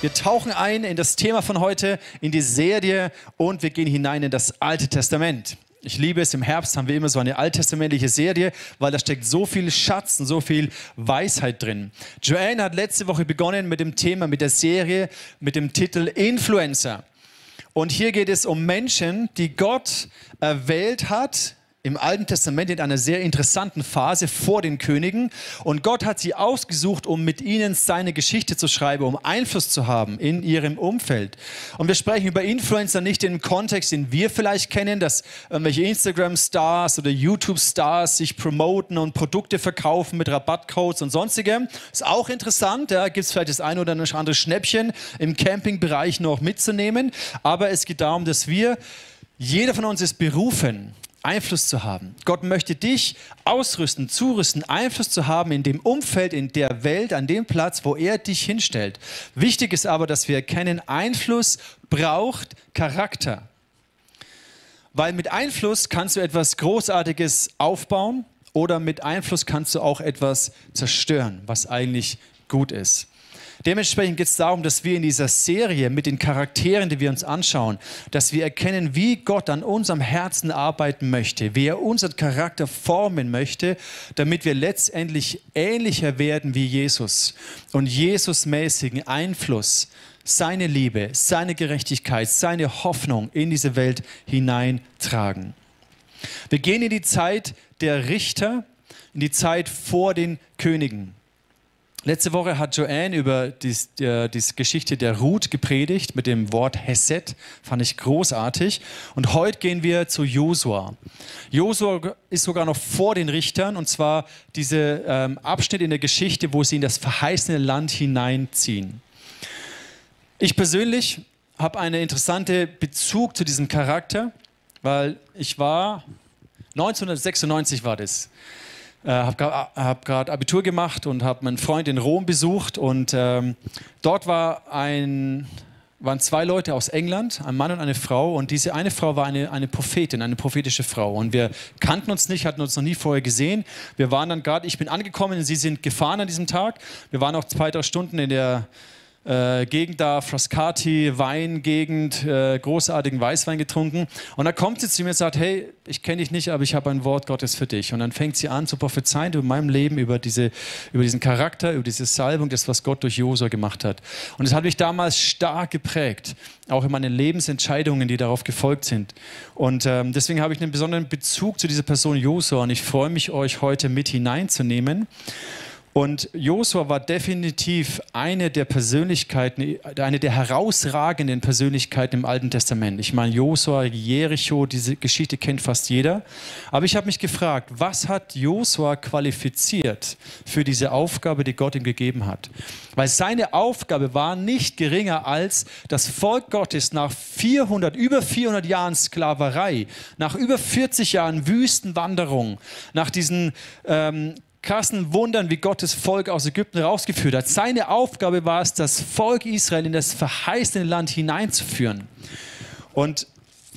Wir tauchen ein in das Thema von heute, in die Serie und wir gehen hinein in das Alte Testament. Ich liebe es, im Herbst haben wir immer so eine alttestamentliche Serie, weil da steckt so viel Schatz und so viel Weisheit drin. Joanne hat letzte Woche begonnen mit dem Thema, mit der Serie, mit dem Titel Influencer. Und hier geht es um Menschen, die Gott erwählt hat, im Alten Testament in einer sehr interessanten Phase vor den Königen. Und Gott hat sie ausgesucht, um mit ihnen seine Geschichte zu schreiben, um Einfluss zu haben in ihrem Umfeld. Und wir sprechen über Influencer nicht im Kontext, den wir vielleicht kennen, dass irgendwelche Instagram-Stars oder YouTube-Stars sich promoten und Produkte verkaufen mit Rabattcodes und sonstigem. Ist auch interessant, da gibt es vielleicht das eine oder andere Schnäppchen im Campingbereich noch mitzunehmen. Aber es geht darum, dass jeder von uns ist berufen, Einfluss zu haben. Gott möchte dich ausrüsten, zurüsten, Einfluss zu haben in dem Umfeld, in der Welt, an dem Platz, wo er dich hinstellt. Wichtig ist aber, dass wir erkennen, Einfluss braucht Charakter. Weil mit Einfluss kannst du etwas Großartiges aufbauen oder mit Einfluss kannst du auch etwas zerstören, was eigentlich gut ist. Dementsprechend geht es darum, dass wir in dieser Serie mit den Charakteren, die wir uns anschauen, dass wir erkennen, wie Gott an unserem Herzen arbeiten möchte, wie er unseren Charakter formen möchte, damit wir letztendlich ähnlicher werden wie Jesus und Jesus-mäßigen Einfluss, seine Liebe, seine Gerechtigkeit, seine Hoffnung in diese Welt hineintragen. Wir gehen in die Zeit der Richter, in die Zeit vor den Königen. Letzte Woche hat Joanne über die Geschichte der Ruth gepredigt mit dem Wort Hesed, fand ich großartig. Und heute gehen wir zu Josua. Josua ist sogar noch vor den Richtern und zwar dieser Abschnitt in der Geschichte, wo sie in das verheißene Land hineinziehen. Ich persönlich habe einen interessanten Bezug zu diesem Charakter, weil ich war, 1996 war das, habe gerade Abitur gemacht und habe meinen Freund in Rom besucht und dort waren zwei Leute aus England, ein Mann und eine Frau und diese eine Frau war eine Prophetin, eine prophetische Frau und wir kannten uns nicht, hatten uns noch nie vorher gesehen. Wir waren dann gerade, ich bin angekommen und sie sind gefahren an diesem Tag. Wir waren auch 2-3 Stunden in der Gegend da, Frascati, Weingegend, großartigen Weißwein getrunken. Und dann kommt sie zu mir und sagt, hey, ich kenne dich nicht, aber ich habe ein Wort Gottes für dich. Und dann fängt sie an zu prophezeien über meinem Leben, über diesen Charakter, über diese Salbung, das, was Gott durch Josua gemacht hat. Und das hat mich damals stark geprägt, auch in meinen Lebensentscheidungen, die darauf gefolgt sind. Und deswegen habe ich einen besonderen Bezug zu dieser Person Josua und ich freue mich, euch heute mit hineinzunehmen. Und Josua war definitiv eine der Persönlichkeiten, eine der herausragenden Persönlichkeiten im Alten Testament. Ich meine, Josua, Jericho, diese Geschichte kennt fast jeder. Aber ich habe mich gefragt, was hat Josua qualifiziert für diese Aufgabe, die Gott ihm gegeben hat? Weil seine Aufgabe war nicht geringer als das Volk Gottes nach über 400 Jahren Sklaverei, nach über 40 Jahren Wüstenwanderung, nach diesen krassen Wundern, wie Gott das Volk aus Ägypten rausgeführt hat. Seine Aufgabe war es, das Volk Israel in das verheißene Land hineinzuführen. Und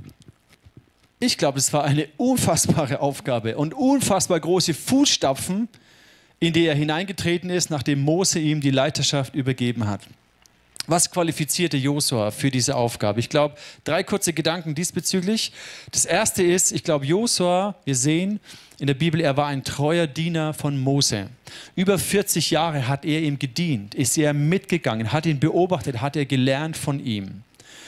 ich glaube, es war eine unfassbare Aufgabe und unfassbar große Fußstapfen, in die er hineingetreten ist, nachdem Mose ihm die Leiterschaft übergeben hat. Was qualifizierte Josua für diese Aufgabe? Ich glaube, 3 kurze Gedanken diesbezüglich. Das erste ist, ich glaube, Josua, wir sehen in der Bibel, er war ein treuer Diener von Mose. Über 40 Jahre hat er ihm gedient, ist er mitgegangen, hat ihn beobachtet, hat er gelernt von ihm.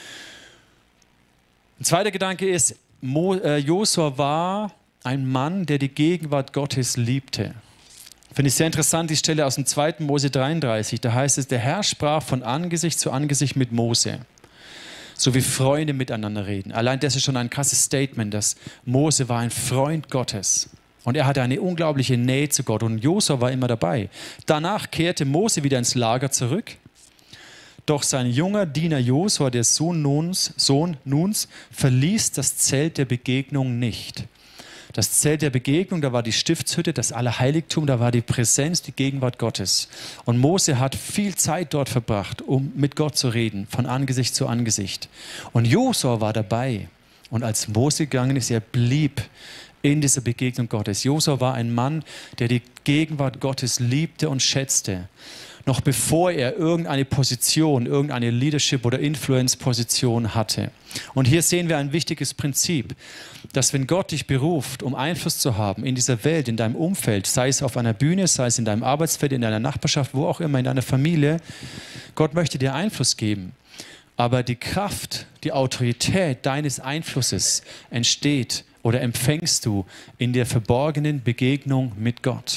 Ein zweiter Gedanke ist, Josua war ein Mann, der die Gegenwart Gottes liebte. Finde ich sehr interessant, die Stelle aus dem 2. Mose 33. Da heißt es, der Herr sprach von Angesicht zu Angesicht mit Mose, so wie Freunde miteinander reden. Allein das ist schon ein krasses Statement, dass Mose war ein Freund Gottes. Und er hatte eine unglaubliche Nähe zu Gott. Und Josua war immer dabei. Danach kehrte Mose wieder ins Lager zurück. Doch sein junger Diener Josua, der Sohn Nuns, verließ das Zelt der Begegnung nicht. Das Zelt der Begegnung, da war die Stiftshütte, das Allerheiligtum, da war die Präsenz, die Gegenwart Gottes. Und Mose hat viel Zeit dort verbracht, um mit Gott zu reden, von Angesicht zu Angesicht. Und Josua war dabei. Und als Mose gegangen ist, er blieb in dieser Begegnung Gottes. Josua war ein Mann, der die Gegenwart Gottes liebte und schätzte. noch bevor er irgendeine Position, irgendeine Leadership- oder Influence-Position hatte. Und hier sehen wir ein wichtiges Prinzip, dass wenn Gott dich beruft, um Einfluss zu haben in dieser Welt, in deinem Umfeld, sei es auf einer Bühne, sei es in deinem Arbeitsfeld, in deiner Nachbarschaft, wo auch immer, in deiner Familie, Gott möchte dir Einfluss geben. Aber die Kraft, die Autorität deines Einflusses entsteht oder empfängst du in der verborgenen Begegnung mit Gott.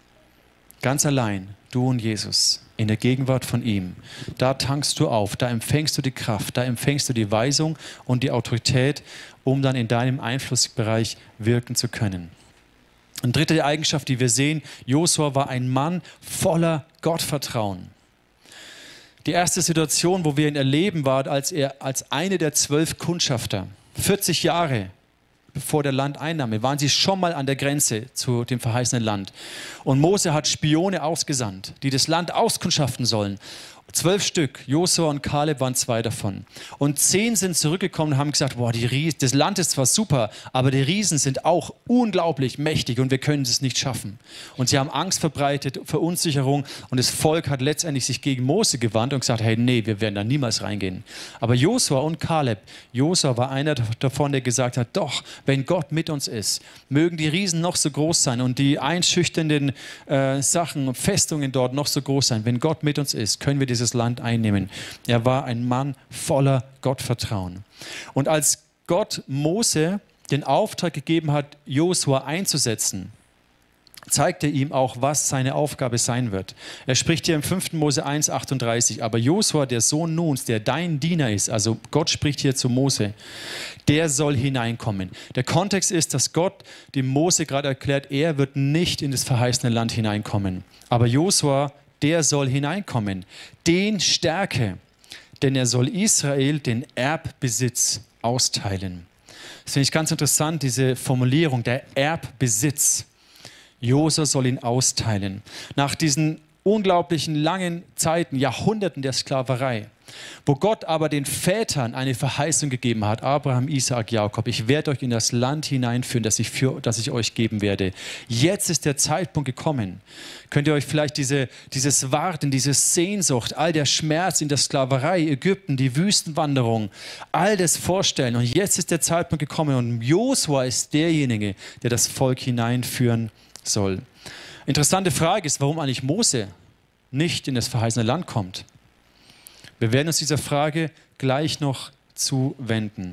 Ganz allein, du und Jesus, in der Gegenwart von ihm. Da tankst du auf, da empfängst du die Kraft, da empfängst du die Weisung und die Autorität, um dann in deinem Einflussbereich wirken zu können. Eine dritte Eigenschaft, die wir sehen, Josua war ein Mann voller Gottvertrauen. Die erste Situation, wo wir ihn erleben, war, als er als eine der 12 Kundschafter, 40 Jahre vor der Landeinnahme, waren sie schon mal an der Grenze zu dem verheißenen Land. Und Mose hat Spione ausgesandt, die das Land auskundschaften sollen. 12 Stück, Josua und Kaleb waren 2 davon. Und 10 sind zurückgekommen und haben gesagt, boah, das Land ist zwar super, aber die Riesen sind auch unglaublich mächtig und wir können es nicht schaffen. Und sie haben Angst verbreitet, Verunsicherung, und das Volk hat letztendlich sich gegen Mose gewandt und gesagt, hey, nee, wir werden da niemals reingehen. Aber Josua und Kaleb, Josua war einer davon, der gesagt hat, doch, wenn Gott mit uns ist, mögen die Riesen noch so groß sein und die einschüchternden Sachen, Festungen dort noch so groß sein, wenn Gott mit uns ist, können wir dieses Land einnehmen. Er war ein Mann voller Gottvertrauen. Und als Gott Mose den Auftrag gegeben hat, Josua einzusetzen, zeigt er ihm auch, was seine Aufgabe sein wird. Er spricht hier im 5. Mose 1,38, aber Josua, der Sohn Nuns, der dein Diener ist, also Gott spricht hier zu Mose, der soll hineinkommen. Der Kontext ist, dass Gott dem Mose gerade erklärt, er wird nicht in das verheißene Land hineinkommen. Aber Josua, der soll hineinkommen. Den stärke, denn er soll Israel den Erbbesitz austeilen. Das finde ich ganz interessant, diese Formulierung, der Erbbesitz. Josua soll ihn austeilen. Nach diesen unglaublichen langen Zeiten, Jahrhunderten der Sklaverei, wo Gott aber den Vätern eine Verheißung gegeben hat, Abraham, Isaak, Jakob, ich werde euch in das Land hineinführen, das ich euch geben werde. Jetzt ist der Zeitpunkt gekommen. Könnt ihr euch vielleicht dieses Warten, diese Sehnsucht, all der Schmerz in der Sklaverei, Ägypten, die Wüstenwanderung, all das vorstellen. Und jetzt ist der Zeitpunkt gekommen und Josua ist derjenige, der das Volk hineinführen soll. Interessante Frage ist, warum eigentlich Mose nicht in das verheißene Land kommt. Wir werden uns dieser Frage gleich noch zuwenden.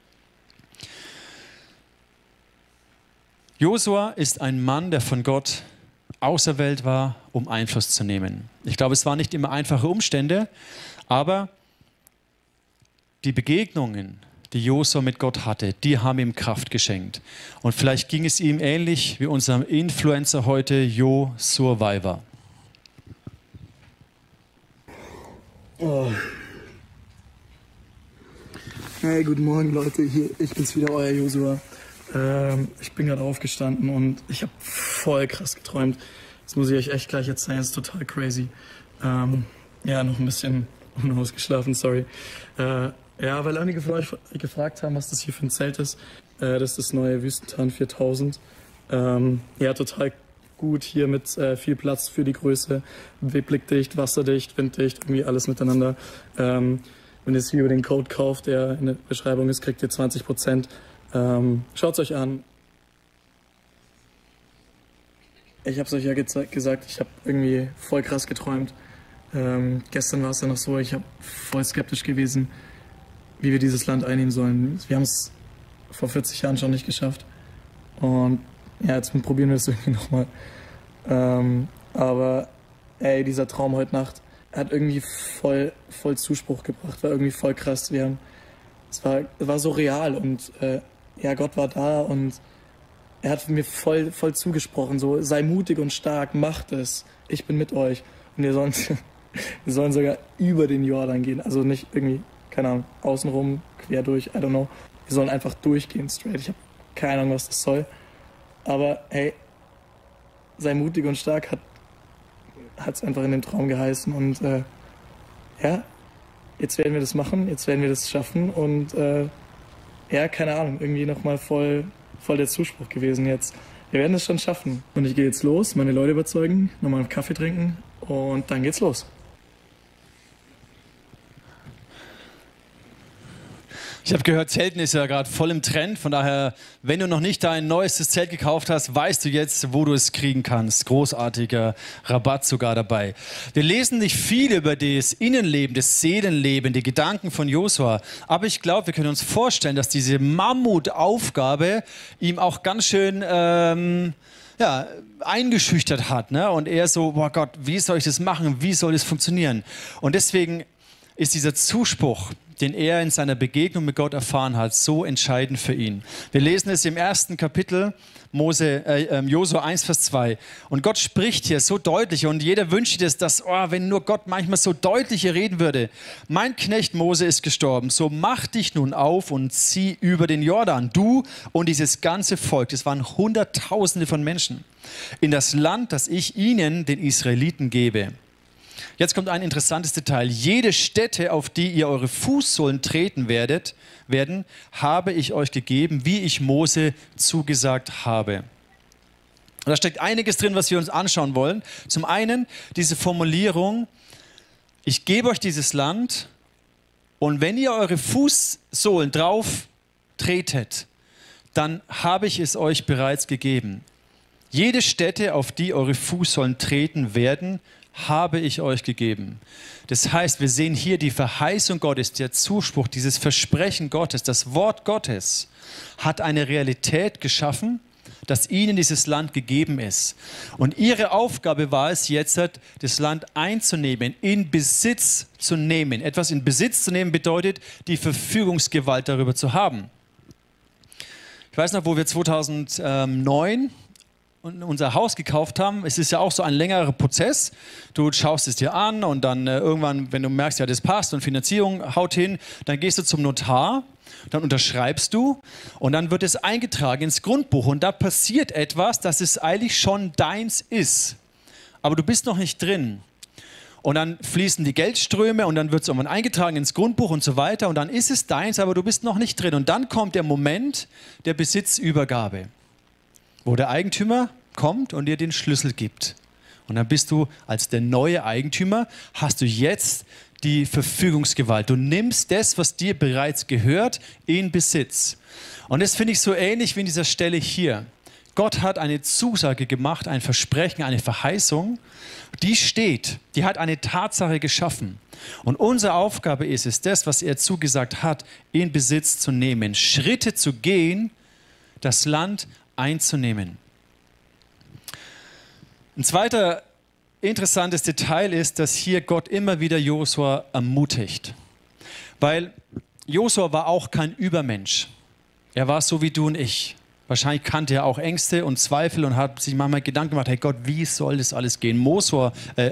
Josua ist ein Mann, der von Gott auserwählt war, um Einfluss zu nehmen. Ich glaube, es waren nicht immer einfache Umstände, aber die Begegnungen, die Josua mit Gott hatte, die haben ihm Kraft geschenkt. Und vielleicht ging es ihm ähnlich wie unserem Influencer heute, Jo Survivor. Oh. Hey, guten Morgen Leute, ich bin's wieder, euer Josua. Ich bin gerade aufgestanden und ich habe voll krass geträumt. Das muss ich euch echt gleich erzählen, das ist total crazy. Ja, noch ein bisschen unausgeschlafen, sorry. Ja, weil einige von euch gefragt haben, was das hier für ein Zelt ist. Das ist das neue Wüstentarn 4000. Ja, total gut hier mit viel Platz für die Größe. Blickdicht, wasserdicht, winddicht, irgendwie alles miteinander. Wenn ihr es hier über den Code kauft, der in der Beschreibung ist, kriegt ihr 20%. Schaut es euch an. Ich habe es euch ja gesagt, ich habe irgendwie voll krass geträumt. Gestern war es ja noch so, ich habe voll skeptisch gewesen, wie wir dieses Land einnehmen sollen. Wir haben es vor 40 Jahren schon nicht geschafft. Und ja, jetzt probieren wir es irgendwie nochmal. Aber ey, dieser Traum heute Nacht hat irgendwie voll Zuspruch gebracht, war irgendwie voll krass. Es war so real und ja, Gott war da und er hat mir voll zugesprochen, so sei mutig und stark, macht es, ich bin mit euch. Und wir sollen sogar über den Jordan gehen, also nicht irgendwie, keine Ahnung, außenrum, quer durch, I don't know. Wir sollen einfach durchgehen, straight. Ich habe keine Ahnung, was das soll. Aber hey, sei mutig und stark hat es einfach in dem Traum geheißen. Und ja, jetzt werden wir das machen, jetzt werden wir das schaffen. Und ja, keine Ahnung, irgendwie nochmal voll der Zuspruch gewesen jetzt. Wir werden es schon schaffen. Und ich gehe jetzt los, meine Leute überzeugen, nochmal einen Kaffee trinken Und dann geht's los. Ich habe gehört, Zelten ist ja gerade voll im Trend. Von daher, wenn du noch nicht dein neuestes Zelt gekauft hast, weißt du jetzt, wo du es kriegen kannst. Großartiger Rabatt sogar dabei. Wir lesen nicht viel über das Innenleben, das Seelenleben, die Gedanken von Josua. Aber ich glaube, wir können uns vorstellen, dass diese Mammutaufgabe ihm auch ganz schön eingeschüchtert hat. Ne? Und er so, boah Gott, wie soll ich das machen? Wie soll das funktionieren? Und deswegen ist dieser Zuspruch, den er in seiner Begegnung mit Gott erfahren hat, so entscheidend für ihn. Wir lesen es im ersten Kapitel, Josua 1, Vers 2. Und Gott spricht hier so deutlich und jeder wünscht es, dass, wenn nur Gott manchmal so deutlich hier reden würde. Mein Knecht Mose ist gestorben, so mach dich nun auf und zieh über den Jordan, du und dieses ganze Volk, das waren Hunderttausende von Menschen, in das Land, das ich ihnen, den Israeliten, gebe. Jetzt kommt ein interessantes Detail. Jede Stätte, auf die ihr eure Fußsohlen treten werden, habe ich euch gegeben, wie ich Mose zugesagt habe. Und da steckt einiges drin, was wir uns anschauen wollen. Zum einen diese Formulierung, ich gebe euch dieses Land und wenn ihr eure Fußsohlen drauf tretet, dann habe ich es euch bereits gegeben. Jede Stätte, auf die eure Fußsohlen treten werden, habe ich euch gegeben. Das heißt, wir sehen hier die Verheißung Gottes, der Zuspruch, dieses Versprechen Gottes, das Wort Gottes hat eine Realität geschaffen, dass ihnen dieses Land gegeben ist. Und ihre Aufgabe war es jetzt, das Land einzunehmen, in Besitz zu nehmen. Etwas in Besitz zu nehmen bedeutet, die Verfügungsgewalt darüber zu haben. Ich weiß noch, wo wir 2009 unser Haus gekauft haben, es ist ja auch so ein längerer Prozess. Du schaust es dir an und dann irgendwann, wenn du merkst, ja, das passt und Finanzierung haut hin, dann gehst du zum Notar, dann unterschreibst du und dann wird es eingetragen ins Grundbuch und da passiert etwas, dass es eigentlich schon deins ist. Aber du bist noch nicht drin. Und dann fließen die Geldströme und dann wird es irgendwann eingetragen ins Grundbuch und so weiter und dann ist es deins, aber du bist noch nicht drin. Und dann kommt der Moment der Besitzübergabe, wo der Eigentümer kommt und dir den Schlüssel gibt. Und dann bist du als der neue Eigentümer, hast du jetzt die Verfügungsgewalt. Du nimmst das, was dir bereits gehört, in Besitz. Und das finde ich so ähnlich wie in dieser Stelle hier. Gott hat eine Zusage gemacht, ein Versprechen, eine Verheißung, die steht, die hat eine Tatsache geschaffen. Und unsere Aufgabe ist es, das, was er zugesagt hat, in Besitz zu nehmen, Schritte zu gehen, das Land einzunehmen. Ein zweiter interessantes Detail ist, dass hier Gott immer wieder Josua ermutigt. Weil Josua war auch kein Übermensch. Er war so wie du und ich. Wahrscheinlich kannte er auch Ängste und Zweifel und hat sich manchmal Gedanken gemacht, hey Gott, wie soll das alles gehen? Mose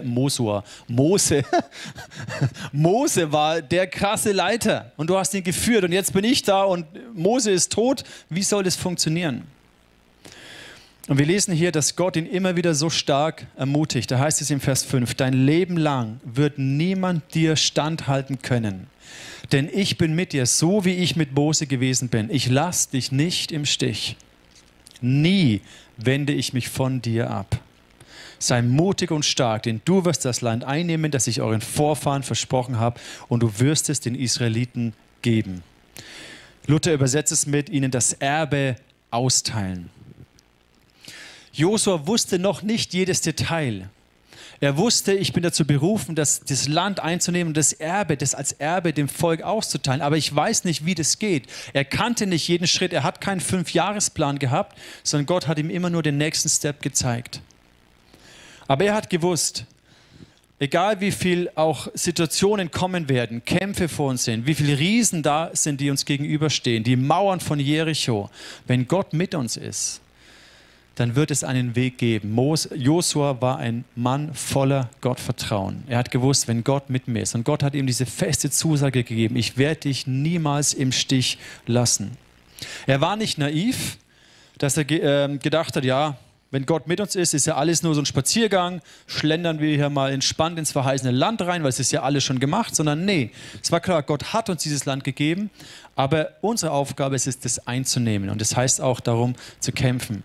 war der krasse Leiter und du hast ihn geführt und jetzt bin ich da und Mose ist tot. Wie soll das funktionieren? Und wir lesen hier, dass Gott ihn immer wieder so stark ermutigt. Da heißt es im Vers 5, dein Leben lang wird niemand dir standhalten können. Denn ich bin mit dir, so wie ich mit Mose gewesen bin. Ich lasse dich nicht im Stich. Nie wende ich mich von dir ab. Sei mutig und stark, denn du wirst das Land einnehmen, das ich euren Vorfahren versprochen habe, und du wirst es den Israeliten geben. Luther übersetzt es mit ihnen das Erbe austeilen. Josua wusste noch nicht jedes Detail. Er wusste, ich bin dazu berufen, das Land einzunehmen und das als Erbe dem Volk auszuteilen. Aber ich weiß nicht, wie das geht. Er kannte nicht jeden Schritt. Er hat keinen 5-Jahresplan gehabt, sondern Gott hat ihm immer nur den nächsten Step gezeigt. Aber er hat gewusst, egal wie viel auch Situationen kommen werden, Kämpfe vor uns sind, wie viele Riesen da sind, die uns gegenüberstehen, die Mauern von Jericho, wenn Gott mit uns ist, dann wird es einen Weg geben. Josua war ein Mann voller Gottvertrauen. Er hat gewusst, wenn Gott mit mir ist. Und Gott hat ihm diese feste Zusage gegeben, ich werde dich niemals im Stich lassen. Er war nicht naiv, dass er gedacht hat, ja, wenn Gott mit uns ist ja alles nur so ein Spaziergang, schlendern wir hier mal entspannt ins verheißene Land rein, weil es ist ja alles schon gemacht, sondern nee, es war klar, Gott hat uns dieses Land gegeben, aber unsere Aufgabe ist es, das einzunehmen und das heißt auch darum zu kämpfen.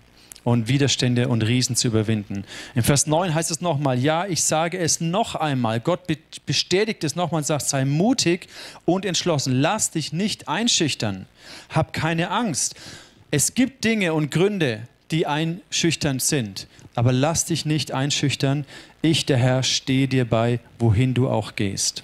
und Widerstände und Riesen zu überwinden. In Vers 9 heißt es nochmal, ja, ich sage es noch einmal. Gott bestätigt es nochmal und sagt, sei mutig und entschlossen. Lass dich nicht einschüchtern. Hab keine Angst. Es gibt Dinge und Gründe, die einschüchternd sind. Aber lass dich nicht einschüchtern. Ich, der Herr, stehe dir bei, wohin du auch gehst.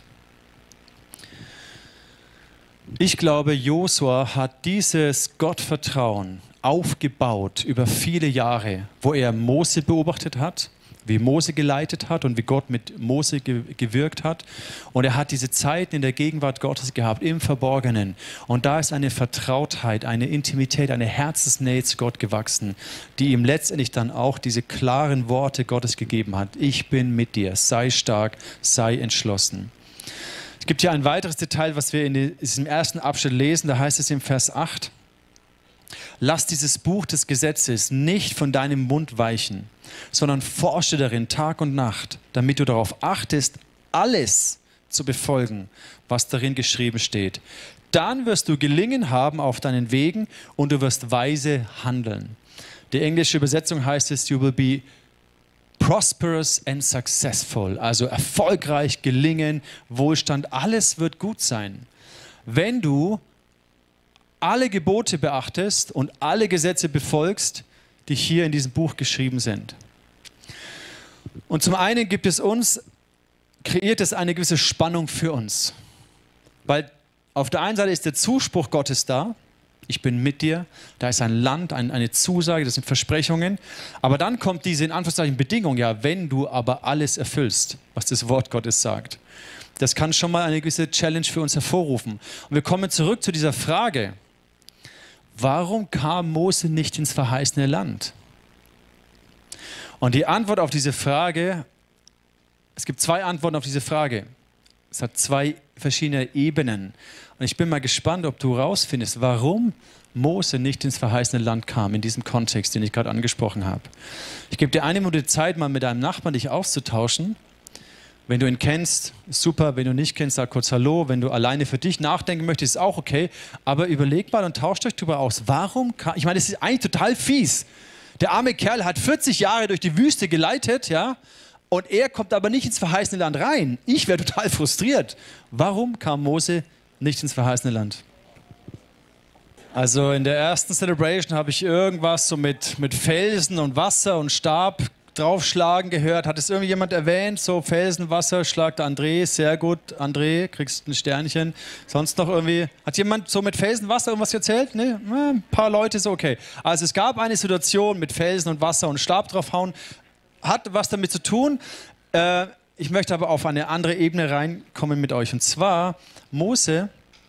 Ich glaube, Josua hat dieses Gottvertrauen aufgebaut über viele Jahre, wo er Mose beobachtet hat, wie Mose geleitet hat und wie Gott mit Mose gewirkt hat. Und er hat diese Zeiten in der Gegenwart Gottes gehabt, im Verborgenen. Und da ist eine Vertrautheit, eine Intimität, eine Herzensnähe zu Gott gewachsen, die ihm letztendlich dann auch diese klaren Worte Gottes gegeben hat. Ich bin mit dir, sei stark, sei entschlossen. Es gibt hier ein weiteres Detail, was wir in diesem ersten Abschnitt lesen. Da heißt es im Vers 8, lass dieses Buch des Gesetzes nicht von deinem Mund weichen, sondern forsche darin Tag und Nacht, damit du darauf achtest, alles zu befolgen, was darin geschrieben steht. Dann wirst du Gelingen haben auf deinen Wegen und du wirst weise handeln. Die englische Übersetzung heißt es, you will be prosperous and successful, also erfolgreich, gelingen, Wohlstand, alles wird gut sein. Wenn du alle Gebote beachtest und alle Gesetze befolgst, die hier in diesem Buch geschrieben sind. Und zum einen kreiert es eine gewisse Spannung für uns. Weil auf der einen Seite ist der Zuspruch Gottes da, ich bin mit dir, da ist ein Land, eine Zusage, das sind Versprechungen. Aber dann kommt diese in Anführungszeichen Bedingung, ja, wenn du aber alles erfüllst, was das Wort Gottes sagt. Das kann schon mal eine gewisse Challenge für uns hervorrufen. Und wir kommen zurück zu dieser Frage, warum kam Mose nicht ins verheißene Land? Und die Antwort auf diese Frage, es gibt zwei Antworten auf diese Frage. Es hat zwei verschiedene Ebenen. Und ich bin mal gespannt, ob du rausfindest, warum Mose nicht ins verheißene Land kam, in diesem Kontext, den ich gerade angesprochen habe. Ich gebe dir eine Minute Zeit, mal mit deinem Nachbarn dich auszutauschen. Wenn du ihn kennst, super. Wenn du nicht kennst, sag kurz Hallo. Wenn du alleine für dich nachdenken möchtest, ist auch okay. Aber überlegt mal und tauscht euch darüber aus. Warum kam, ich meine, das ist eigentlich total fies. Der arme Kerl hat 40 Jahre durch die Wüste geleitet, ja, und er kommt aber nicht ins verheißene Land rein. Ich wäre total frustriert. Warum kam Mose nicht ins verheißene Land? Also in der ersten Celebration habe ich irgendwas so mit Felsen und Wasser und Stab draufschlagen gehört. Hat es irgendjemand erwähnt? So Felsen, Wasser, schlagt André. Sehr gut, André, kriegst ein Sternchen. Sonst noch irgendwie, hat jemand so mit Felsen, Wasser irgendwas erzählt? Nee? Ein paar Leute so, okay. Also es gab eine Situation mit Felsen und Wasser und Stab draufhauen. Hat was damit zu tun. Ich möchte aber auf eine andere Ebene reinkommen mit euch. Und zwar, Mose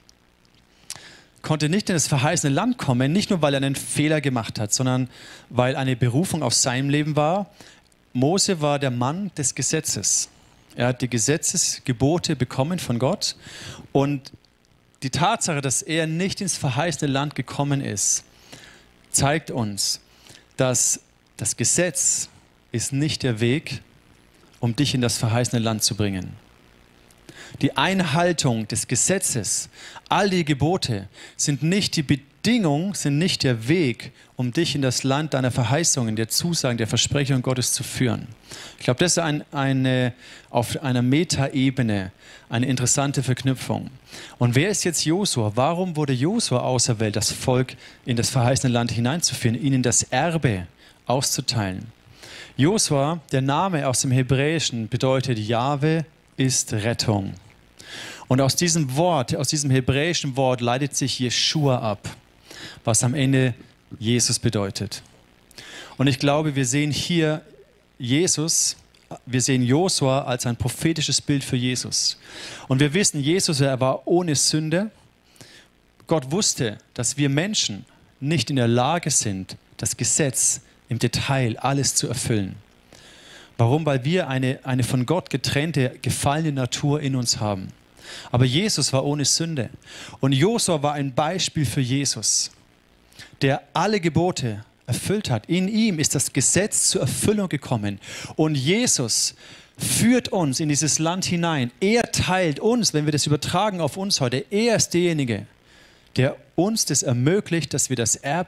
konnte nicht in das verheißene Land kommen, nicht nur, weil er einen Fehler gemacht hat, sondern weil eine Berufung auf seinem Leben war. Mose war der Mann des Gesetzes. Er hat die Gesetzesgebote bekommen von Gott. Und die Tatsache, dass er nicht ins verheißene Land gekommen ist, zeigt uns, dass das Gesetz ist nicht der Weg, um dich in das verheißene Land zu bringen. Die Einhaltung des Gesetzes, all die Gebote sind nicht die Bedingung, sind nicht der Weg, um dich in das Land deiner Verheißungen, der Zusagen, der Versprechungen Gottes zu führen. Ich glaube, das ist auf einer Metaebene eine interessante Verknüpfung. Und wer ist jetzt Josua? Warum wurde Josua auserwählt, das Volk in das verheißene Land hineinzuführen, ihnen das Erbe auszuteilen? Josua, der Name aus dem Hebräischen, bedeutet Jahwe ist Rettung. Und aus diesem Wort, aus diesem hebräischen Wort leitet sich Jeschua ab, was am Ende Jesus bedeutet. Und ich glaube, wir sehen hier Jesus, wir sehen Josua als ein prophetisches Bild für Jesus. Und wir wissen, Jesus, er war ohne Sünde. Gott wusste, dass wir Menschen nicht in der Lage sind, das Gesetz im Detail alles zu erfüllen. Warum? Weil wir eine von Gott getrennte, gefallene Natur in uns haben. Aber Jesus war ohne Sünde. Und Josua war ein Beispiel für Jesus, der alle Gebote erfüllt hat. In ihm ist das Gesetz zur Erfüllung gekommen. Und Jesus führt uns in dieses Land hinein. Er teilt uns, wenn wir das übertragen auf uns heute, er ist derjenige, der uns das ermöglicht, dass wir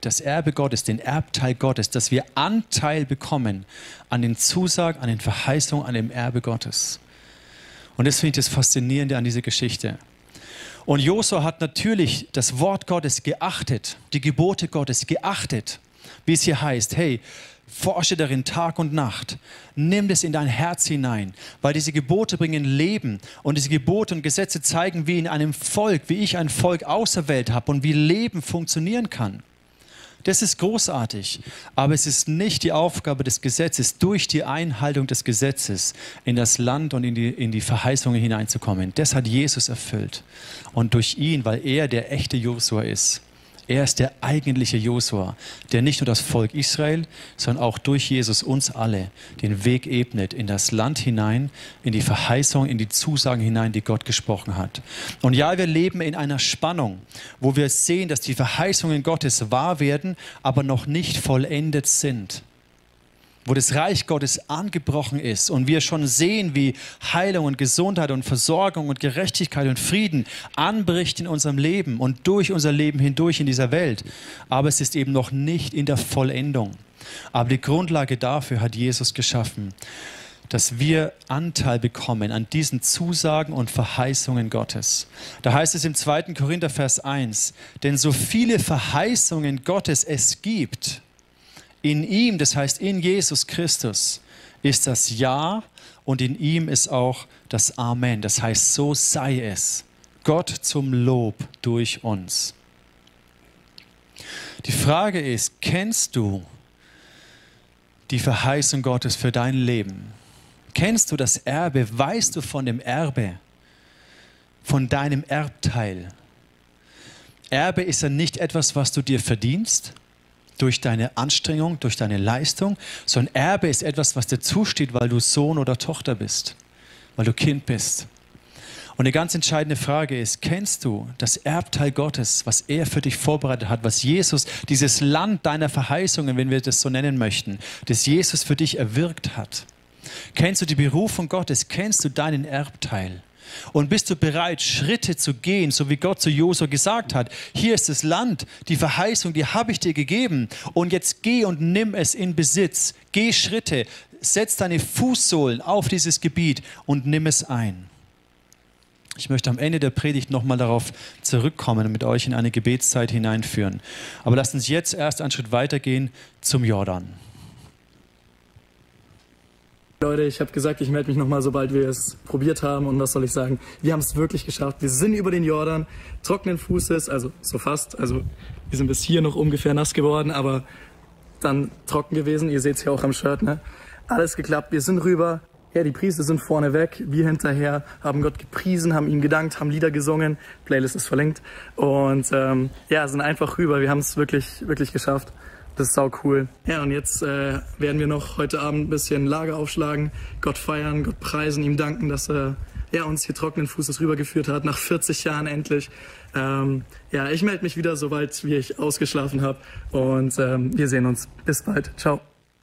das Erbe Gottes, den Erbteil Gottes, dass wir Anteil bekommen an den Zusagen, an den Verheißungen, an dem Erbe Gottes. Und das finde ich das Faszinierende an dieser Geschichte. Und Josua hat natürlich das Wort Gottes geachtet, die Gebote Gottes geachtet, wie es hier heißt, hey, forsche darin Tag und Nacht, nimm das in dein Herz hinein, weil diese Gebote bringen Leben und diese Gebote und Gesetze zeigen, wie in einem Volk, wie ich ein Volk auserwählt habe und wie Leben funktionieren kann. Das ist großartig, aber es ist nicht die Aufgabe des Gesetzes, durch die Einhaltung des Gesetzes in das Land und in die Verheißungen hineinzukommen. Das hat Jesus erfüllt. Und durch ihn, weil er der echte Josua ist, er ist der eigentliche Josua, der nicht nur das Volk Israel, sondern auch durch Jesus uns alle den Weg ebnet in das Land hinein, in die Verheißung, in die Zusagen hinein, die Gott gesprochen hat. Und ja, wir leben in einer Spannung, wo wir sehen, dass die Verheißungen Gottes wahr werden, aber noch nicht vollendet sind. Wo das Reich Gottes angebrochen ist und wir schon sehen, wie Heilung und Gesundheit und Versorgung und Gerechtigkeit und Frieden anbricht in unserem Leben und durch unser Leben hindurch in dieser Welt. Aber es ist eben noch nicht in der Vollendung. Aber die Grundlage dafür hat Jesus geschaffen, dass wir Anteil bekommen an diesen Zusagen und Verheißungen Gottes. Da heißt es im 2. Korinther Vers 1, denn so viele Verheißungen Gottes es gibt, in ihm, das heißt in Jesus Christus, ist das Ja und in ihm ist auch das Amen. Das heißt, so sei es. Gott zum Lob durch uns. Die Frage ist, kennst du die Verheißung Gottes für dein Leben? Kennst du das Erbe? Weißt du von dem Erbe? Von deinem Erbteil? Erbe ist ja nicht etwas, was du dir verdienst, durch deine Anstrengung, durch deine Leistung, sondern Erbe ist etwas, was dir zusteht, weil du Sohn oder Tochter bist, weil du Kind bist. Und eine ganz entscheidende Frage ist, kennst du das Erbteil Gottes, was er für dich vorbereitet hat, was Jesus, dieses Land deiner Verheißungen, wenn wir das so nennen möchten, das Jesus für dich erwirkt hat? Kennst du die Berufung Gottes? Kennst du deinen Erbteil? Und bist du bereit, Schritte zu gehen, so wie Gott zu Josua gesagt hat? Hier ist das Land, die Verheißung, die habe ich dir gegeben. Und jetzt geh und nimm es in Besitz. Geh Schritte, setz deine Fußsohlen auf dieses Gebiet und nimm es ein. Ich möchte am Ende der Predigt nochmal darauf zurückkommen und mit euch in eine Gebetszeit hineinführen. Aber lasst uns jetzt erst einen Schritt weitergehen zum Jordan. Leute, ich habe gesagt, ich melde mich nochmal, sobald wir es probiert haben. Und was soll ich sagen? Wir haben es wirklich geschafft. Wir sind über den Jordan, trockenen Fußes, also so fast. Also wir sind bis hier noch ungefähr nass geworden, aber dann trocken gewesen. Ihr seht es ja auch am Shirt, ne? Alles geklappt. Wir sind rüber. Ja, die Priester sind vorne weg. Wir hinterher haben Gott gepriesen, haben ihm gedankt, haben Lieder gesungen. Playlist ist verlinkt. Und ja, sind einfach rüber. Wir haben es wirklich, wirklich geschafft. Das ist sau cool. Ja, und jetzt werden wir noch heute Abend ein bisschen Lager aufschlagen, Gott feiern, Gott preisen, ihm danken, dass er uns hier trockenen Fußes rübergeführt hat, nach 40 Jahren endlich. Ja, ich melde mich wieder, sobald ich ausgeschlafen habe. Und wir sehen uns. Bis bald. Ciao.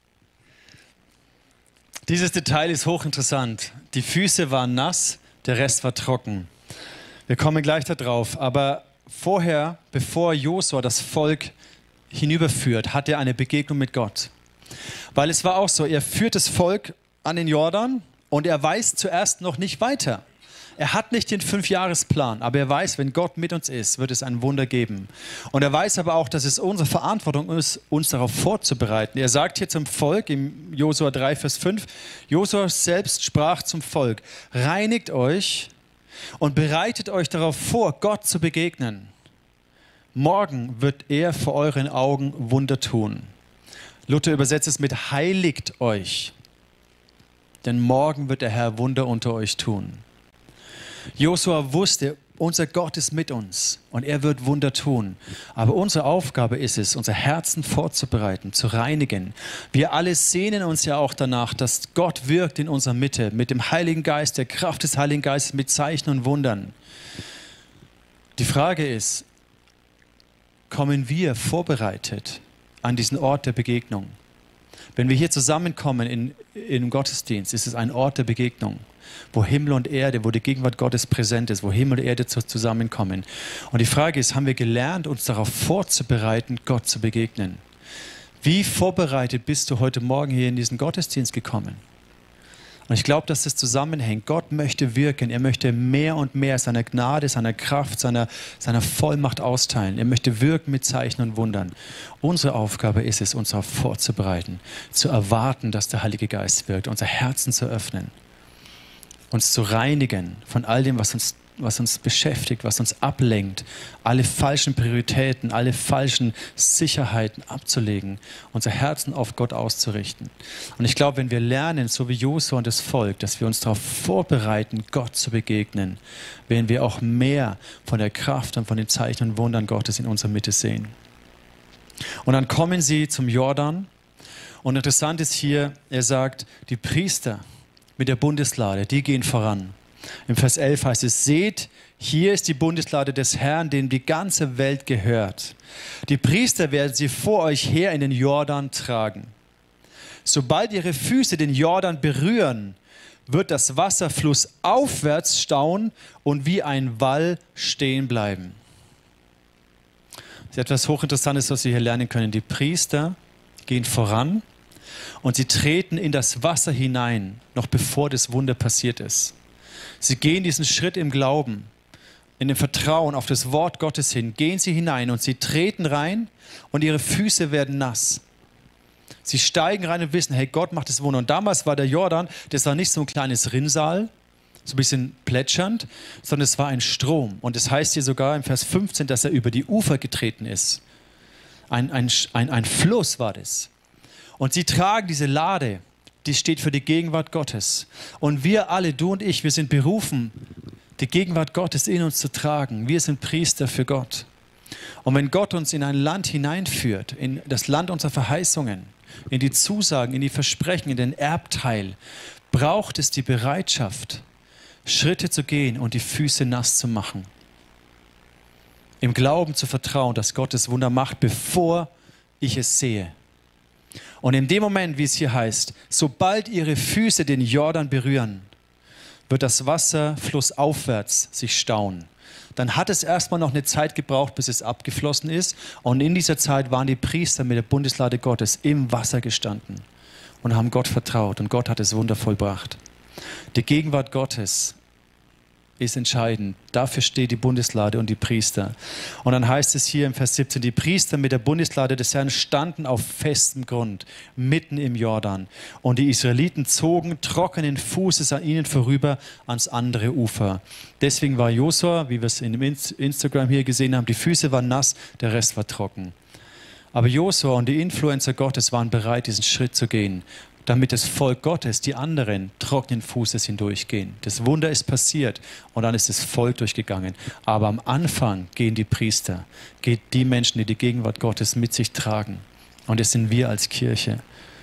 Dieses Detail ist hochinteressant. Die Füße waren nass, der Rest war trocken. Wir kommen gleich darauf. Aber vorher, bevor Josua das Volk hinüberführt, hat er eine Begegnung mit Gott. Weil es war auch so, er führt das Volk an den Jordan und er weiß zuerst noch nicht weiter. Er hat nicht den 5-Jahres-Plan, aber er weiß, wenn Gott mit uns ist, wird es ein Wunder geben. Und er weiß aber auch, dass es unsere Verantwortung ist, uns darauf vorzubereiten. Er sagt hier zum Volk, im Josua 3, Vers 5, Josua selbst sprach zum Volk, reinigt euch und bereitet euch darauf vor, Gott zu begegnen. Morgen wird er vor euren Augen Wunder tun. Luther übersetzt es mit heiligt euch, denn morgen wird der Herr Wunder unter euch tun. Josua wusste, unser Gott ist mit uns und er wird Wunder tun. Aber unsere Aufgabe ist es, unser Herzen vorzubereiten, zu reinigen. Wir alle sehnen uns ja auch danach, dass Gott wirkt in unserer Mitte mit dem Heiligen Geist, der Kraft des Heiligen Geistes, mit Zeichen und Wundern. Die Frage ist, kommen wir vorbereitet an diesen Ort der Begegnung? Wenn wir hier zusammenkommen im Gottesdienst, ist es ein Ort der Begegnung. wo Himmel und Erde, wo die Gegenwart Gottes präsent ist, wo Himmel und Erde zusammenkommen. Und die Frage ist, haben wir gelernt, uns darauf vorzubereiten, Gott zu begegnen? Wie vorbereitet bist du heute Morgen hier in diesen Gottesdienst gekommen? Und ich glaube, dass das zusammenhängt. Gott möchte wirken. Er möchte mehr und mehr seiner Gnade, seiner Kraft, seiner Vollmacht austeilen. Er möchte wirken mit Zeichen und Wundern. Unsere Aufgabe ist es, uns darauf vorzubereiten, zu erwarten, dass der Heilige Geist wirkt, unser Herzen zu öffnen, uns zu reinigen von all dem, was uns beschäftigt, was uns ablenkt, alle falschen Prioritäten, alle falschen Sicherheiten abzulegen, unser Herzen auf Gott auszurichten. Und ich glaube, wenn wir lernen, so wie Josua und das Volk, dass wir uns darauf vorbereiten, Gott zu begegnen, werden wir auch mehr von der Kraft und von den Zeichen und Wundern Gottes in unserer Mitte sehen. Und dann kommen sie zum Jordan. Und interessant ist hier, er sagt, die Priester mit der Bundeslade, die gehen voran. Im Vers 11 heißt es, seht, hier ist die Bundeslade des Herrn, dem die ganze Welt gehört. Die Priester werden sie vor euch her in den Jordan tragen. Sobald ihre Füße den Jordan berühren, wird das Wasser flussaufwärts stauen und wie ein Wall stehen bleiben. Das ist etwas Hochinteressantes, was wir hier lernen können. Die Priester gehen voran und sie treten in das Wasser hinein, noch bevor das Wunder passiert ist. Sie gehen diesen Schritt im Glauben, in dem Vertrauen auf das Wort Gottes hin, gehen sie hinein und sie treten rein und ihre Füße werden nass. Sie steigen rein und wissen, hey, Gott macht das Wunder. Und damals war der Jordan, das war nicht so ein kleines Rinnsal, so ein bisschen plätschernd, sondern es war ein Strom. Und es heißt hier sogar im Vers 15, dass er über die Ufer getreten ist. Ein Fluss war das. Und sie tragen diese Lade, die steht für die Gegenwart Gottes. Und wir alle, du und ich, wir sind berufen, die Gegenwart Gottes in uns zu tragen. Wir sind Priester für Gott. Und wenn Gott uns in ein Land hineinführt, in das Land unserer Verheißungen, in die Zusagen, in die Versprechen, in den Erbteil, braucht es die Bereitschaft, Schritte zu gehen und die Füße nass zu machen. Im Glauben zu vertrauen, dass Gott das Wunder macht, bevor ich es sehe. Und in dem Moment, wie es hier heißt, sobald ihre Füße den Jordan berühren, wird das Wasser flussaufwärts sich stauen. Dann hat es erstmal noch eine Zeit gebraucht, bis es abgeflossen ist. Und in dieser Zeit waren die Priester mit der Bundeslade Gottes im Wasser gestanden und haben Gott vertraut. Und Gott hat es Wunder vollbracht. Die Gegenwart Gottes ist entscheidend. Dafür steht die Bundeslade und die Priester. Und dann heißt es hier im Vers 17, die Priester mit der Bundeslade des Herrn standen auf festem Grund, mitten im Jordan. Und die Israeliten zogen trockenen Fußes an ihnen vorüber ans andere Ufer. Deswegen war Josua, wie wir es in dem Instagram hier gesehen haben, die Füße waren nass, der Rest war trocken. Aber Josua und die Influencer Gottes waren bereit, diesen Schritt zu gehen, damit das Volk Gottes, die anderen, trockenen Fußes hindurchgehen. Das Wunder ist passiert und dann ist das Volk durchgegangen. Aber am Anfang gehen die Priester, gehen die Menschen, die die Gegenwart Gottes mit sich tragen. Und das sind wir als Kirche.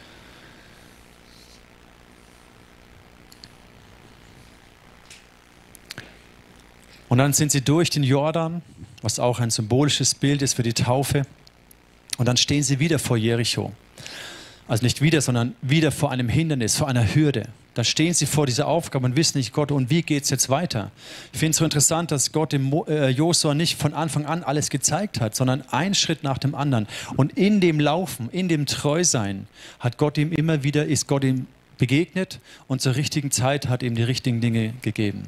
Und dann sind sie durch den Jordan, was auch ein symbolisches Bild ist für die Taufe. Und dann stehen sie wieder vor Jericho. Also nicht wieder, sondern wieder vor einem Hindernis, vor einer Hürde. Da stehen sie vor dieser Aufgabe und wissen nicht, Gott, und wie geht es jetzt weiter? Ich finde es so interessant, dass Gott dem Josua nicht von Anfang an alles gezeigt hat, sondern einen Schritt nach dem anderen. Und in dem Laufen, in dem Treusein hat Gott ihm immer wieder, ist Gott ihm begegnet und zur richtigen Zeit hat ihm die richtigen Dinge gegeben.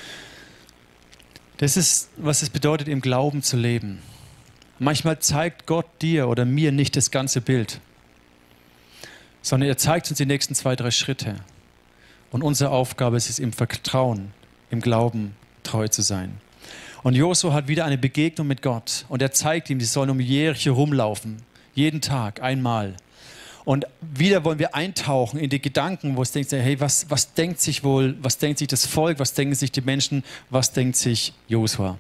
Das ist, was es bedeutet, im Glauben zu leben. Manchmal zeigt Gott dir oder mir nicht das ganze Bild, sondern er zeigt uns die nächsten 2, 3 Schritte. Und unsere Aufgabe ist es, im Vertrauen, im Glauben treu zu sein. Und Josua hat wieder eine Begegnung mit Gott. Und er zeigt ihm, die sollen um Jericho rumlaufen. Jeden Tag, einmal. Und wieder wollen wir eintauchen in die Gedanken, wo es denkt, hey, was denkt sich wohl, was denkt sich das Volk, was denken sich die Menschen, was denkt sich Josua?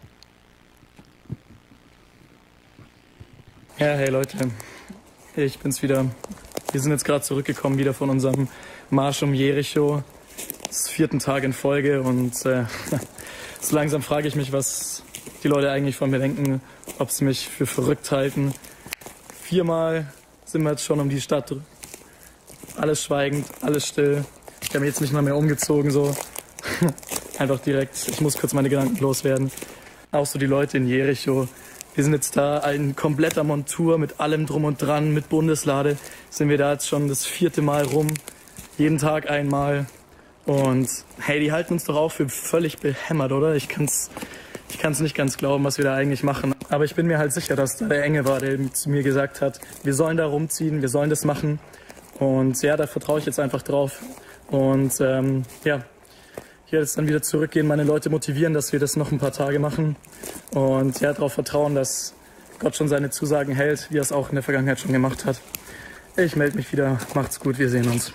Ja, hey Leute, ich bin's wieder. Wir sind jetzt gerade zurückgekommen wieder von unserem Marsch um Jericho. Das ist 4. Tag in Folge und so langsam frage ich mich, was die Leute eigentlich von mir denken, ob sie mich für verrückt halten. 4-mal sind wir jetzt schon um die Stadt. Alles schweigend, alles still. Ich habe mich jetzt nicht mal mehr umgezogen so. einfach direkt, ich muss kurz meine Gedanken loswerden. Auch so die Leute in Jericho. Wir sind jetzt da in kompletter Montur mit allem drum und dran, mit Bundeslade. Sind wir da jetzt schon das 4. Mal rum. Jeden Tag einmal. Und hey, die halten uns doch auch für völlig behämmert, oder? Ich kann's nicht ganz glauben, was wir da eigentlich machen. Aber ich bin mir halt sicher, dass da der Engel war, der zu mir gesagt hat, wir sollen da rumziehen, wir sollen das machen. Und ja, da vertraue ich jetzt einfach drauf. Und ja, hier jetzt dann wieder zurückgehen, meine Leute motivieren, dass wir das noch ein paar Tage machen. Und ja, darauf vertrauen, dass Gott schon seine Zusagen hält, wie er es auch in der Vergangenheit schon gemacht hat. Ich melde mich wieder. Macht's gut, wir sehen uns.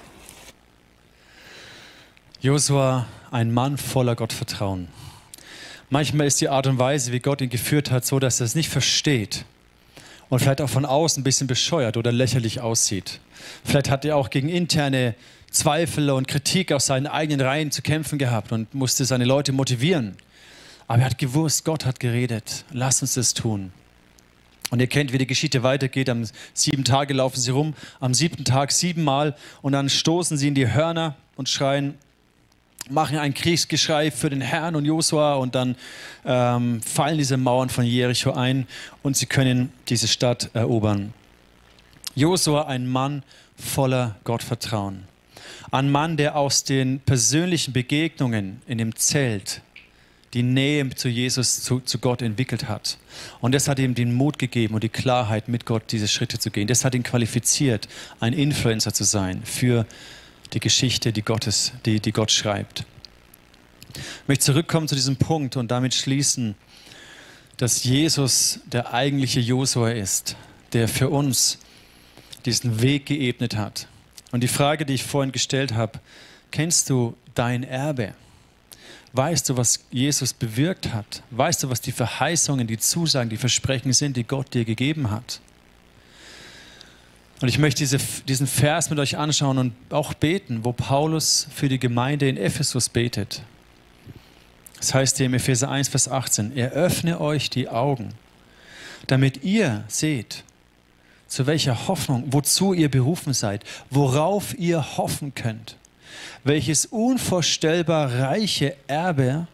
Josua, ein Mann voller Gottvertrauen. Manchmal ist die Art und Weise, wie Gott ihn geführt hat, so, dass er es nicht versteht und vielleicht auch von außen ein bisschen bescheuert oder lächerlich aussieht. Vielleicht hat er auch gegen interne Zweifel und Kritik aus seinen eigenen Reihen zu kämpfen gehabt und musste seine Leute motivieren. Aber er hat gewusst, Gott hat geredet. Lass uns das tun. Und ihr kennt, wie die Geschichte weitergeht. Am 7 Tage laufen sie rum, am 7. Tag 7 Mal und dann stoßen sie in die Hörner und schreien, machen ein Kriegsgeschrei für den Herrn und Josua und dann fallen diese Mauern von Jericho ein und sie können diese Stadt erobern. Josua, ein Mann voller Gottvertrauen. Ein Mann, der aus den persönlichen Begegnungen in dem Zelt die Nähe zu Jesus, zu Gott entwickelt hat. Und das hat ihm den Mut gegeben und die Klarheit, mit Gott diese Schritte zu gehen. Das hat ihn qualifiziert, ein Influencer zu sein für die Geschichte, die Gott schreibt. Ich möchte zurückkommen zu diesem Punkt und damit schließen, dass Jesus der eigentliche Josua ist, der für uns diesen Weg geebnet hat. Und die Frage, die ich vorhin gestellt habe, kennst du dein Erbe? Weißt du, was Jesus bewirkt hat? Weißt du, was die Verheißungen, die Zusagen, die Versprechen sind, die Gott dir gegeben hat? Und ich möchte diesen Vers mit euch anschauen und auch beten, wo Paulus für die Gemeinde in Ephesus betet. Das heißt hier im Epheser 1, Vers 18, er öffne euch die Augen, damit ihr seht, zu welcher Hoffnung, wozu ihr berufen seid, worauf ihr hoffen könnt, welches unvorstellbar reiche Erbe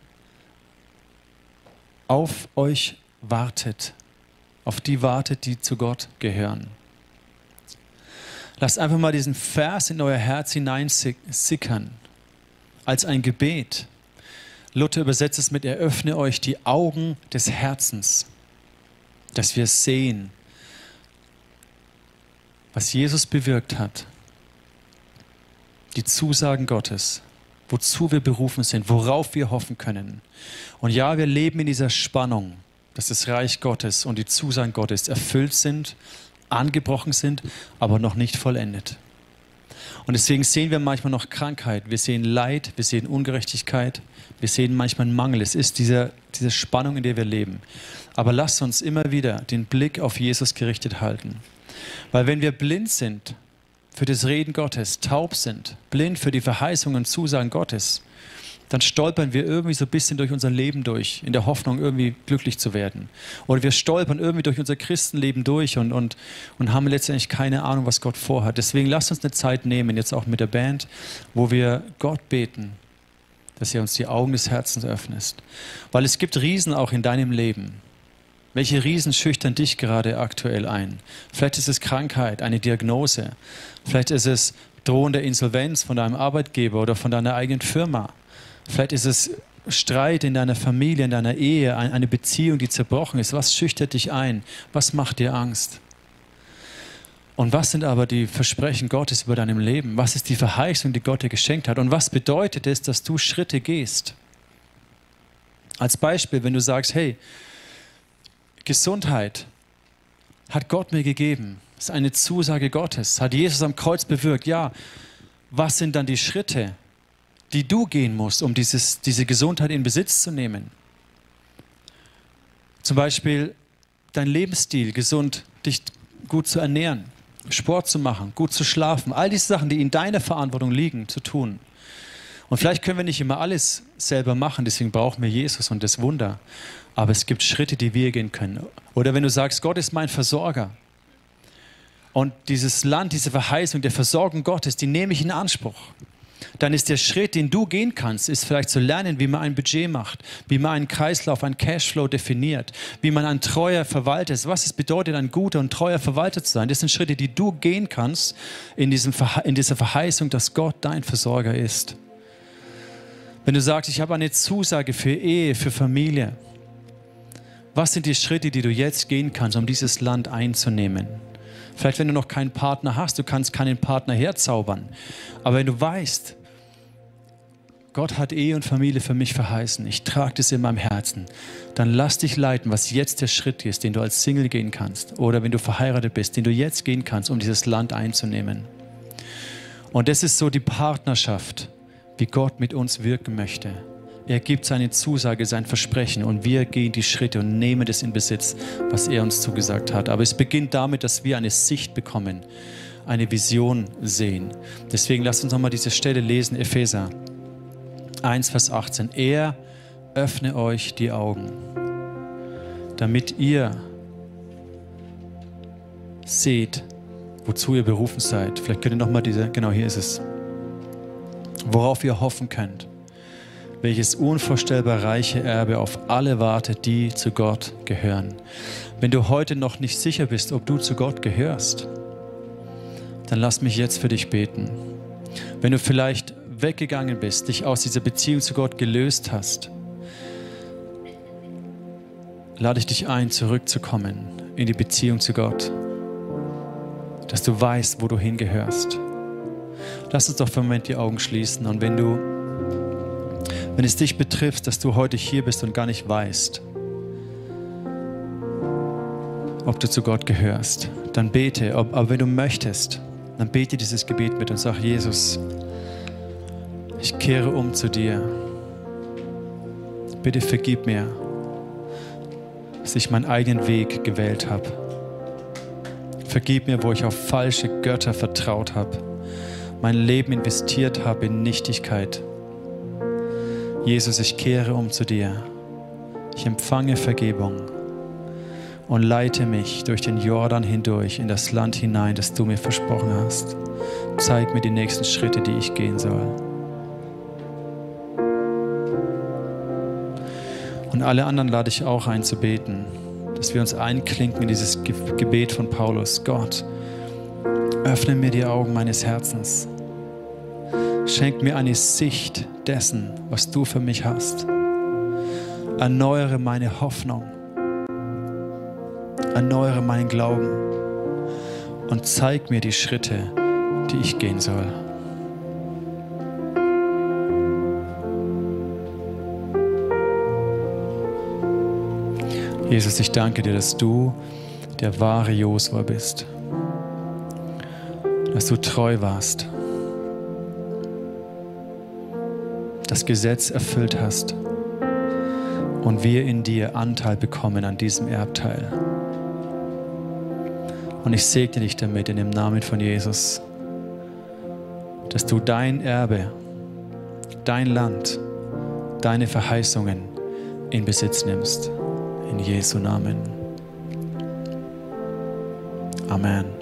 auf euch wartet, auf die wartet, die zu Gott gehören. Lasst einfach mal diesen Vers in euer Herz hineinsickern, als ein Gebet. Luther übersetzt es mit, eröffne euch die Augen des Herzens, dass wir sehen, was Jesus bewirkt hat, die Zusagen Gottes, wozu wir berufen sind, worauf wir hoffen können. Und ja, wir leben in dieser Spannung, dass das Reich Gottes und die Zusagen Gottes erfüllt sind, angebrochen sind, aber noch nicht vollendet. Und deswegen sehen wir manchmal noch Krankheit, wir sehen Leid, wir sehen Ungerechtigkeit, wir sehen manchmal einen Mangel. Es ist diese Spannung, in der wir leben. Aber lasst uns immer wieder den Blick auf Jesus gerichtet halten. Weil wenn wir blind sind für das Reden Gottes, taub sind, blind für die Verheißungen und Zusagen Gottes, dann stolpern wir irgendwie so ein bisschen durch unser Leben durch, in der Hoffnung, irgendwie glücklich zu werden. Oder wir stolpern irgendwie durch unser Christenleben durch und haben letztendlich keine Ahnung, was Gott vorhat. Deswegen lasst uns eine Zeit nehmen, jetzt auch mit der Band, wo wir Gott beten, dass er uns die Augen des Herzens öffnet. Weil es gibt Riesen auch in deinem Leben. Welche Riesen schüchtern dich gerade aktuell ein? Vielleicht ist es Krankheit, eine Diagnose. Vielleicht ist es drohende Insolvenz von deinem Arbeitgeber oder von deiner eigenen Firma. Vielleicht ist es Streit in deiner Familie, in deiner Ehe, eine Beziehung, die zerbrochen ist. Was schüchtert dich ein? Was macht dir Angst? Und was sind aber die Versprechen Gottes über deinem Leben? Was ist die Verheißung, die Gott dir geschenkt hat? Und was bedeutet es, dass du Schritte gehst? Als Beispiel, wenn du sagst, hey, Gesundheit hat Gott mir gegeben. Das ist eine Zusage Gottes. Hat Jesus am Kreuz bewirkt. Ja, was sind dann die Schritte, die du gehen musst, um diese Gesundheit in Besitz zu nehmen? Zum Beispiel dein Lebensstil, gesund, dich gut zu ernähren, Sport zu machen, gut zu schlafen. All diese Sachen, die in deiner Verantwortung liegen, zu tun. Und vielleicht können wir nicht immer alles selber machen, deswegen brauchen wir Jesus und das Wunder. Aber es gibt Schritte, die wir gehen können. Oder wenn du sagst, Gott ist mein Versorger. Und dieses Land, diese Verheißung der Versorgung Gottes, die nehme ich in Anspruch. dann ist der Schritt, den du gehen kannst, ist vielleicht zu lernen, wie man ein Budget macht, wie man einen Kreislauf, einen Cashflow definiert, wie man ein treuer Verwalter ist, was es bedeutet, ein guter und treuer Verwalter zu sein. Das sind Schritte, die du gehen kannst in dieser Verheißung, dass Gott dein Versorger ist. Wenn du sagst, ich habe eine Zusage für Ehe, für Familie, was sind die Schritte, die du jetzt gehen kannst, um dieses Land einzunehmen? Vielleicht, wenn du noch keinen Partner hast, du kannst keinen Partner herzaubern. Aber wenn du weißt, Gott hat Ehe und Familie für mich verheißen, ich trage das in meinem Herzen, dann lass dich leiten, was jetzt der Schritt ist, den du als Single gehen kannst oder wenn du verheiratet bist, den du jetzt gehen kannst, um dieses Land einzunehmen. Und das ist so die Partnerschaft, wie Gott mit uns wirken möchte. Er gibt seine Zusage, sein Versprechen und wir gehen die Schritte und nehmen das in Besitz, was er uns zugesagt hat. Aber es beginnt damit, dass wir eine Sicht bekommen, eine Vision sehen. Deswegen lasst uns nochmal diese Stelle lesen, Epheser 1, Vers 18. Er öffne euch die Augen, damit ihr seht, wozu ihr berufen seid. Vielleicht könnt ihr nochmal genau hier ist es. Worauf ihr hoffen könnt. Welches unvorstellbar reiche Erbe auf alle wartet, die zu Gott gehören. Wenn du heute noch nicht sicher bist, ob du zu Gott gehörst, dann lass mich jetzt für dich beten. Wenn du vielleicht weggegangen bist, dich aus dieser Beziehung zu Gott gelöst hast, lade ich dich ein, zurückzukommen in die Beziehung zu Gott, dass du weißt, wo du hingehörst. Lass uns doch für einen Moment die Augen schließen und wenn es dich betrifft, dass du heute hier bist und gar nicht weißt, ob du zu Gott gehörst, dann bete. Aber wenn du möchtest, dann bete dieses Gebet mit und sag, Jesus, ich kehre um zu dir. Bitte vergib mir, dass ich meinen eigenen Weg gewählt habe. Vergib mir, wo ich auf falsche Götter vertraut habe, mein Leben investiert habe in Nichtigkeit. Jesus, ich kehre um zu dir. Ich empfange Vergebung und leite mich durch den Jordan hindurch in das Land hinein, das du mir versprochen hast. Zeig mir die nächsten Schritte, die ich gehen soll. Und alle anderen lade ich auch ein zu beten, dass wir uns einklinken in dieses Gebet von Paulus. Gott, öffne mir die Augen meines Herzens. Schenk mir eine Sicht dessen, was du für mich hast. Erneuere meine Hoffnung. Erneuere meinen Glauben. Und zeig mir die Schritte, die ich gehen soll. Jesus, ich danke dir, dass du der wahre Josua bist. Dass du treu warst. Das Gesetz erfüllt hast und wir in dir Anteil bekommen an diesem Erbteil. Und ich segne dich damit in dem Namen von Jesus, dass du dein Erbe, dein Land, deine Verheißungen in Besitz nimmst. In Jesu Namen. Amen.